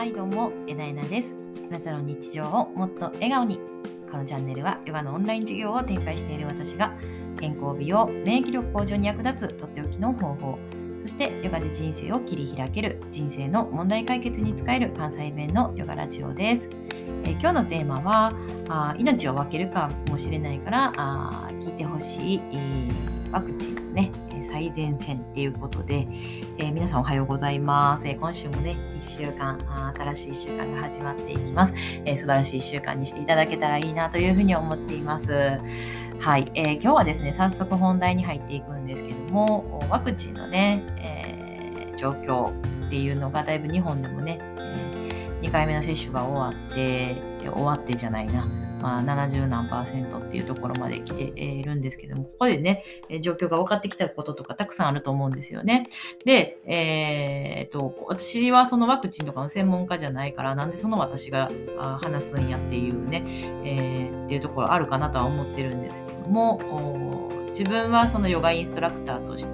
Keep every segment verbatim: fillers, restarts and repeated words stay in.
はいどうも、えなえなです。あなたの日常をもっと笑顔に。このチャンネルはヨガのオンライン授業を展開している私が健康美容、免疫力向上に役立つとっておきの方法、そしてヨガで人生を切り開ける人生の問題解決に使える関西弁のヨガラジオです。えー、今日のテーマはあ命を分けるかもしれないからあ聞いてほしい、えー、ワクチンのね最前線っていうことで、えー、皆さんおはようございます。えー、今週もねいっしゅうかんあ新しいいっしゅうかんが始まっていきます。えー、素晴らしいいっしゅうかんにしていただけたらいいなというふうに思っています。はい、えー、今日はですね早速本題に入っていくんですけども、ワクチンのね、えー、状況っていうのがだいぶ日本でもね、えー、にかいめの接種が終わって終わってじゃないなまあ、ななじゅうなんパーセントっていうところまで来ているんですけども、ここでね、状況が分かってきたこととかたくさんあると思うんですよね。で、えー、っと、私はそのワクチンとかの専門家じゃないから、なんでその私が話すんやっていうね、えー、っていうところあるかなとは思ってるんですけども、自分はそのヨガインストラクターとして、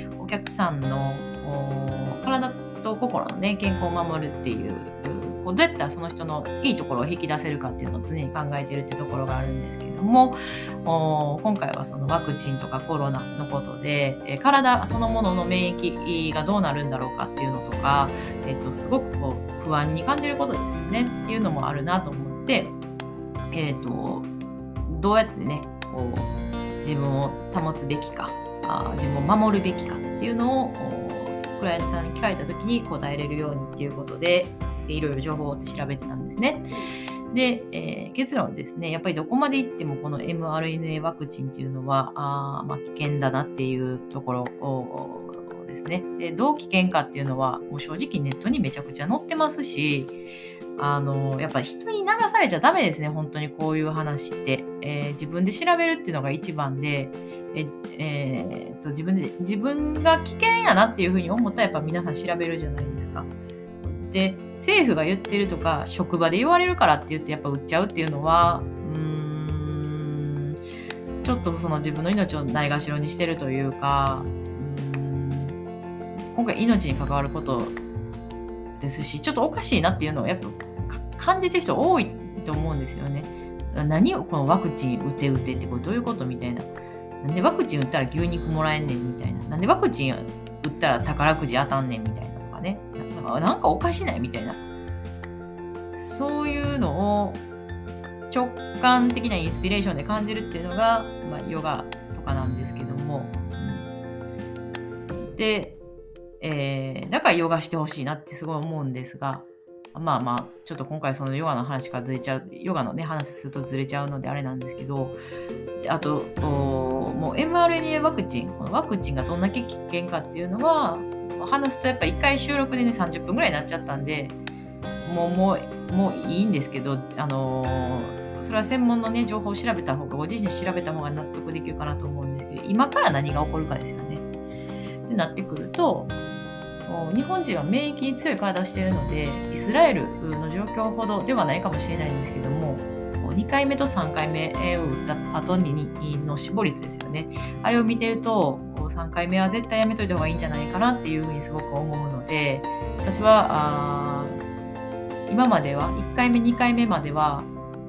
お客さんの体と心のね、健康を守るっていう、どうやったらその人のいいところを引き出せるかっていうのを常に考えてるっていうところがあるんですけれども、今回はそのワクチンとかコロナのことで体そのものの免疫がどうなるんだろうかっていうのとか、えっと、すごくこう不安に感じることですよねっていうのもあるなと思って、えっと、どうやってねこう自分を保つべきかあ自分を守るべきかっていうのをクライアントさんに聞かれた時に答えれるようにっていうことでいろいろ情報を調べてたんですね。で、えー、結論ですね、やっぱりどこまで行ってもこの エムアールエヌエー ワクチンっていうのはあ、まあ、危険だなっていうところですね。で、どう危険かっていうのはもう正直ネットにめちゃくちゃ載ってますし、あのやっぱり人に流されちゃダメですね。本当にこういう話って、えー、自分で調べるっていうのが一番で、ええー、と自分で自分が危険やなっていうふうに思ったらやっぱ皆さん調べるじゃないですか。で、政府が言ってるとか職場で言われるからって言ってやっぱ売っちゃうっていうのはうーんちょっとその自分の命をないがしろにしてるというか、うーん今回命に関わることですし、ちょっとおかしいなっていうのをやっぱ感じてる人多いと思うんですよね。何をこのワクチン打て打てってこれどういうことみたいな。なんでワクチン打ったら牛肉もらえんねんみたいな。なんでワクチン打ったら宝くじ当たんねんみたいなとかね。なんかおかしないみたいな。そういうのを直感的なインスピレーションで感じるっていうのが、まあ、ヨガとかなんですけども。うん、で、えー、だからヨガしてほしいなってすごい思うんですが、まあまあ、ちょっと今回そのヨガの話からずれちゃう、ヨガのね、話するとずれちゃうのであれなんですけど、あと、もう エムアールエヌエー ワクチン、このワクチンがどんだけ危険かっていうのは、話すとやっぱいっかい収録でね、さんじゅっぷんぐらいになっちゃったんで、もう、もう、もういいんですけど、あのー、それは専門のね、情報を調べた方が、ご自身調べた方が納得できるかなと思うんですけど、今から何が起こるかですよね。ってなってくると、日本人は免疫に強い体をしているので、イスラエルの状況ほどではないかもしれないんですけども、にかいめとさんかいめを打った後にの死亡率ですよね。あれを見てると、さんかいめは絶対やめといた方がいいんじゃないかなっていうふうにすごく思うので、私はあ今まではいっかいめにかいめまでは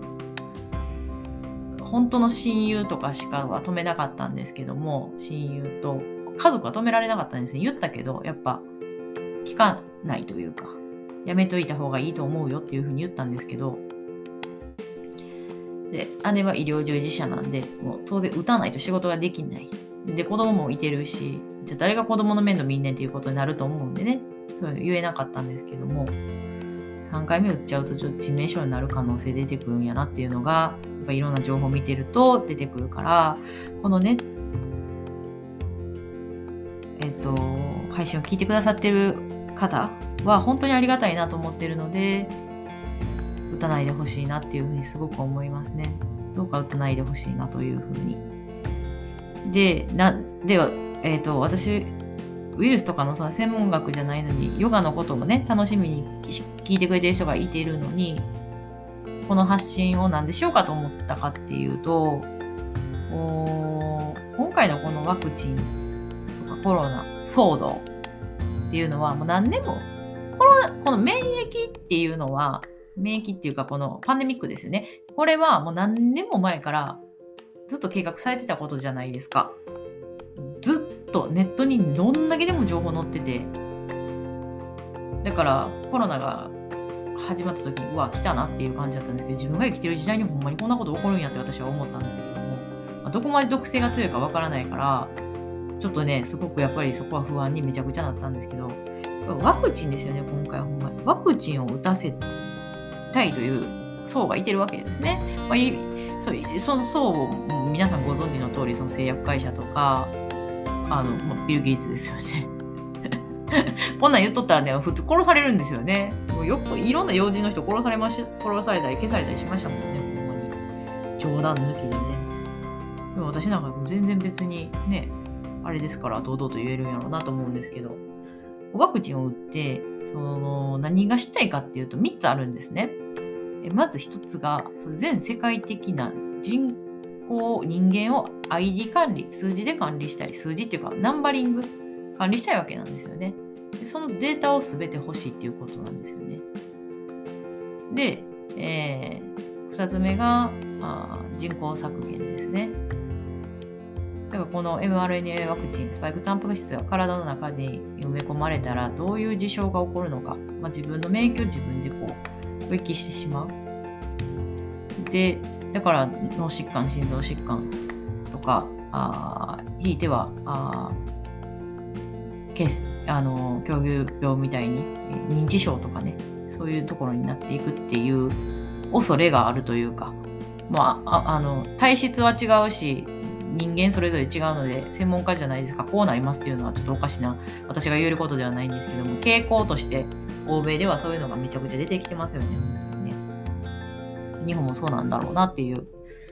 本当の親友とかしかは止めなかったんですけども、親友と家族は止められなかったんですね。言ったけどやっぱ聞かないというか、やめといた方がいいと思うよっていうふうに言ったんですけど、で姉は医療従事者なんで、もう当然打たないと仕事ができない。で、子供もいてるし、じゃあ誰が子供の面倒見んねんっていうことになると思うんでね、そういうの言えなかったんですけども、さんかいめ打っちゃうとちょっと致命傷になる可能性出てくるんやなっていうのが、やっぱいろんな情報を見てると出てくるから、このね、えっと、配信を聞いてくださってる方は本当にありがたいなと思ってるので、打たないでほしいなっていうふうにすごく思いますね。どうか打たないでほしいなというふうに。で、な、では、えっと、私、ウイルスとかのその専門学じゃないのに、ヨガのことをね、楽しみに聞いてくれてる人がいているのに、この発信をなんでしようかと思ったかっていうと、今回のこのワクチンとかコロナ騒動っていうのはもう何年もコロこの免疫っていうのは、免疫っていうかこのパンデミックですよね。これはもう何年も前からずっと計画されてたことじゃないですか。ずっとネットにどんだけでも情報載ってて、だからコロナが始まった時にうわ来たなっていう感じだったんですけど、自分が生きてる時代にほんまにこんなこと起こるんやって私は思ったんだけれども、まあ、どこまで毒性が強いかわからないからちょっとねすごくやっぱりそこは不安にめちゃくちゃなったんですけど、ワクチンですよね。今回はほんまにワクチンを打たせたいという層がいてるわけですね。まあ、そ, その層を皆さんご存知の通り、その製薬会社とかあの、まあ、ビル・ゲイツですよね。こんなん言っとったらね、普通殺されるんですよね。もうよくいろんな要人の人殺されまし殺されたり消されたりしましたもんね、ほんまに。冗談抜きでね。でも私なんか全然別にね、あれですから堂々と言えるんやろうなと思うんですけど、ワクチンを打ってその何がしたいかっていうとみっつあるんですね。まずひとつがその全世界的な人口人間を アイディー 管理、数字で管理したい、数字っていうかナンバリング管理したいわけなんですよね。でそのデータを全て欲しいっていうことなんですよね。で、えー、ふたつめがあ人口削減ですね。だからこの エムアールエヌエー ワクチン、スパイクタンパク質が体の中に埋め込まれたらどういう事象が起こるのか、まあ、自分の免疫を自分でこう攻撃してしまう。で、だから脳疾患、心臓疾患とか、あひいてはああの狂牛病みたいに認知症とかね、そういうところになっていくっていう恐れがあるというか、まあ、ああの体質は違うし人間それぞれ違うので専門家じゃないですか、こうなりますっていうのはちょっとおかしな私が言えることではないんですけども、傾向として欧米ではそういうのがめちゃくちゃ出てきてますよね。本当にね、日本もそうなんだろうなっていう。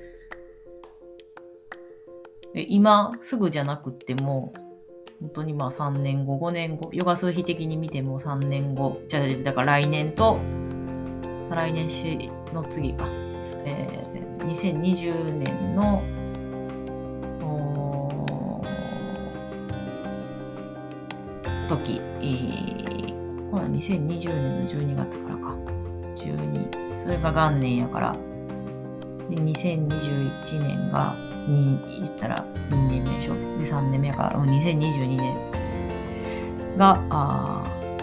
で今すぐじゃなくっても本当にまあさんねんご、ごねんご、ヨガ数比的に見てもさんねんご、じゃあだから来年と再来年しの次か、えー、にせんにじゅうねんの時、えー、これはにせんにじゅうねんのじゅうにがつからか、じゅうに、それが元年やから、でにせんにじゅういちねんがに言ったらにねんめでしょ。でさんねんめやから、うん、にせんにじゅうにねんがあ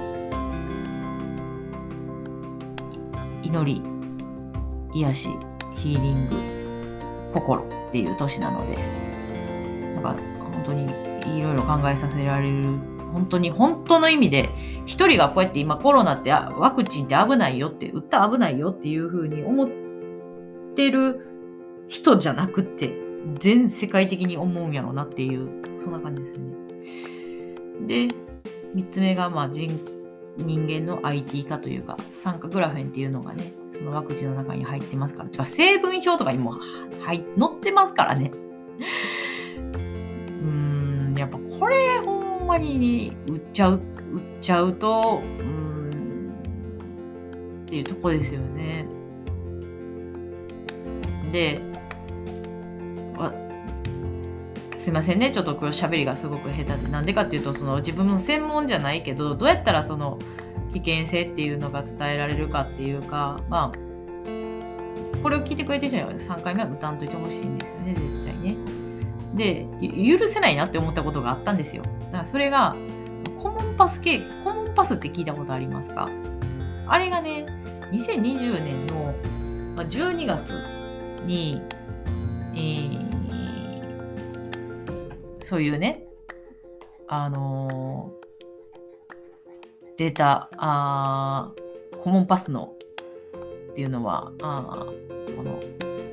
祈り、癒し、ヒーリング、心っていう年なので、なんか本当にいろいろ考えさせられる、本当に本当の意味で一人がこうやって今コロナってワクチンって危ないよって、打ったら危ないよっていう風に思ってる人じゃなくって全世界的に思うんやろうなっていう、そんな感じですよね。でみっつめがまあ人人間の アイティー 化というか、酸化グラフェンっていうのがね、そのワクチンの中に入ってますから、てか成分表とかにも、はい、載ってますからね。うーん、やっぱこれほんまに売っちゃう、売っちゃうと、うーんっていうとこですよね。で、すいませんね、ちょっとこう喋りがすごく下手で、なんでかっていうと、その自分の専門じゃないけど、どうやったらその危険性っていうのが伝えられるかっていうか、まあこれを聞いてくれてる人にはさんかいめは打たんといてほしいんですよね、絶対ね。で、許せないなって思ったことがあったんですよ。だからそれがコモンパス系、コモンパスって聞いたことありますか？あれがね、にせんにじゅうねんのじゅうにがつに、えーそういうね、あのー、データあー、コモンパスのっていうのは、あこの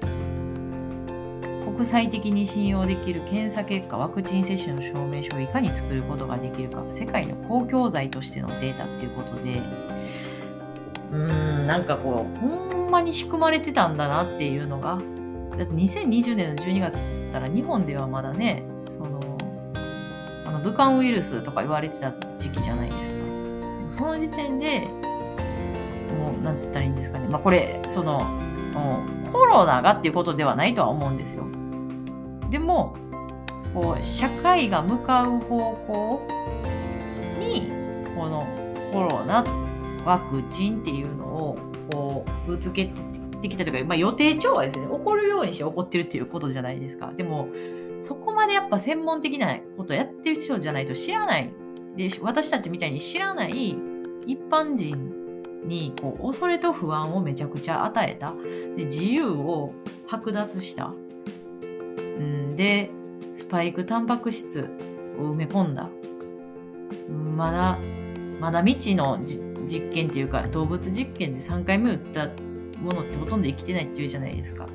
国際的に信用できる検査結果、ワクチン接種の証明書をいかに作ることができるか、世界の公共財としてのデータっていうことで、うーん、なんかこう、ほんまに仕組まれてたんだなっていうのが、だってにせんにじゅうねんのじゅうにがつっつったら日本ではまだね、そのあの武漢ウイルスとか言われてた時期じゃないですか。その時点でもうなんて言ったらいいんですかね。まあこれそのコロナがっていうことではないとは思うんですよ。でもこう社会が向かう方向にこのコロナワクチンっていうのをこうぶつけてきたというか、まあ、予定調和ですよね。起こるようにして起こってるっていうことじゃないですか。でもそこまでやっぱ専門的なことやってる人じゃないと知らない。で、私たちみたいに知らない一般人にこう恐れと不安をめちゃくちゃ与えた。で、自由を剥奪した。うん、で、スパイクタンパク質を埋め込んだ。まだ、まだ未知の実験っていうか、動物実験でさんかいめ打ったものってほとんど生きてないっていうじゃないですか。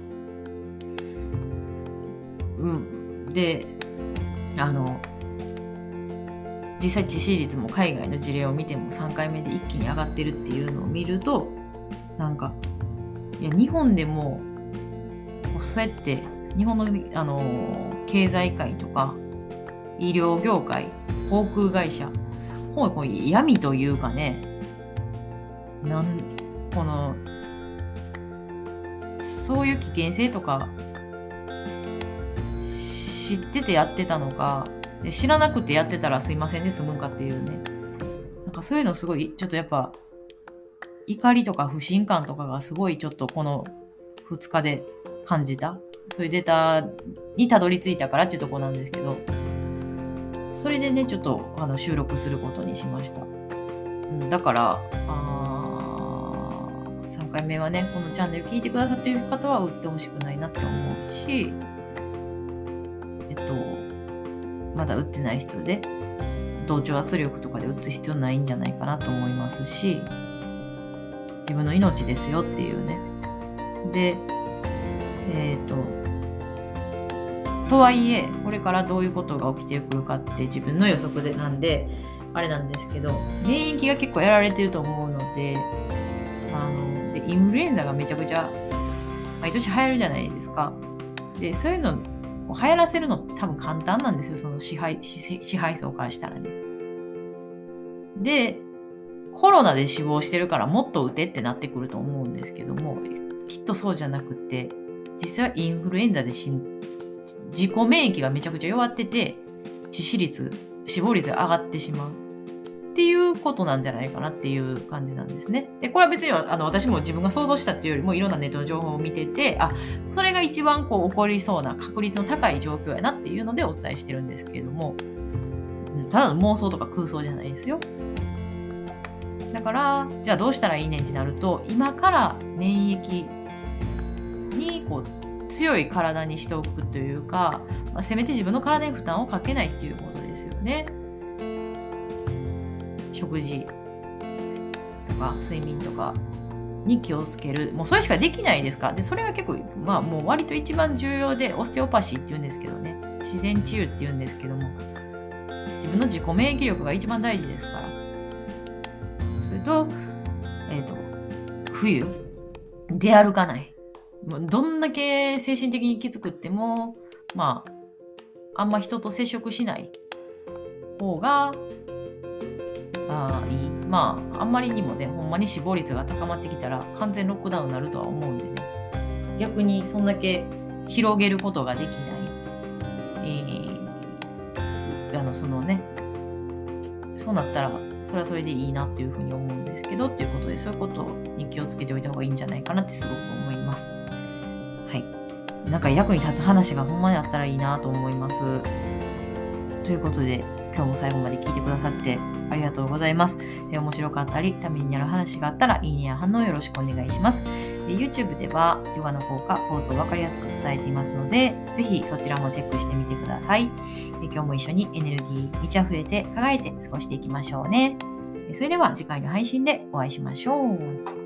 うん。で、あの、実際致死率も海外の事例を見てもさんかいめで一気に上がってるっていうのを見ると、なんか、いや、日本でも、そうやって、日本の、あの経済界とか、医療業界、航空会社、こういう闇というかね、なんこのそういう危険性とか知っててやってたのか、知らなくてやってたらすいませんで済むんかっていうね、なんかそういうのすごいちょっとやっぱ怒りとか不信感とかがすごいちょっとこのふつかで感じた、そういうデータにたどり着いたからっていうところなんですけど、それでねちょっとあの収録することにしました。うん、だからあさんかいめはねこのチャンネル聞いてくださっている方は打ってほしくないなって思うし、えっとまだ打ってない人で同調圧力とかで打つ必要ないんじゃないかなと思いますし、自分の命ですよっていうね。で、えっととはいえこれからどういうことが起きてくるかって自分の予測でなんであれなんですけど、免疫が結構やられてると思うので、あのでインフルエンザがめちゃくちゃ毎年流行るじゃないですか。でそういうのを流行らせるの多分簡単なんですよ、その支配支配層からしたらね。でコロナで死亡してるからもっと打てってなってくると思うんですけども、きっとそうじゃなくて、実際はインフルエンザで死ん自己免疫がめちゃくちゃ弱ってて致死率死亡率が上がってしまうっていうことなんじゃないかなっていう感じなんですね。でこれは別にあの私も自分が想像したっていうよりもいろんなネットの情報を見てて、あそれが一番こう起こりそうな確率の高い状況やなっていうのでお伝えしてるんですけれども、ただの妄想とか空想じゃないですよ。だからじゃあどうしたらいいねんってなると、今から免疫にこう強い体にしておくというか、まあ、せめて自分の体に負担をかけないっていうことですよね。食事とか睡眠とかに気をつける、もうそれしかできないですから。でそれが結構まあもう割と一番重要で、オステオパシーって言うんですけどね、自然治癒って言うんですけども、自分の自己免疫力が一番大事ですから。それと、えっと冬出歩かない。どんだけ精神的にきつくっても、まあ、あんま人と接触しない方があいい。まあ、あんまりにもね、ほんまに死亡率が高まってきたら完全ロックダウンになるとは思うんでね。逆にそんだけ広げることができない。えー、あの、そのね、そうなったら、それはそれでいいなっていうふうに思うんですけど、っていうことで、そういうことに気をつけておいた方がいいんじゃないかなってすごく思います。はい。なんか役に立つ話がほんまにあったらいいなと思います。ということで、今日も最後まで聞いてくださってありがとうございます。で面白かったり、ためになる話があったら、いいねや反応よろしくお願いします。で YouTube では、ヨガの効果、ポーズを分かりやすく伝えていますので、ぜひそちらもチェックしてみてください。で今日も一緒にエネルギー満ち溢れて輝いて過ごしていきましょうね。それでは次回の配信でお会いしましょう。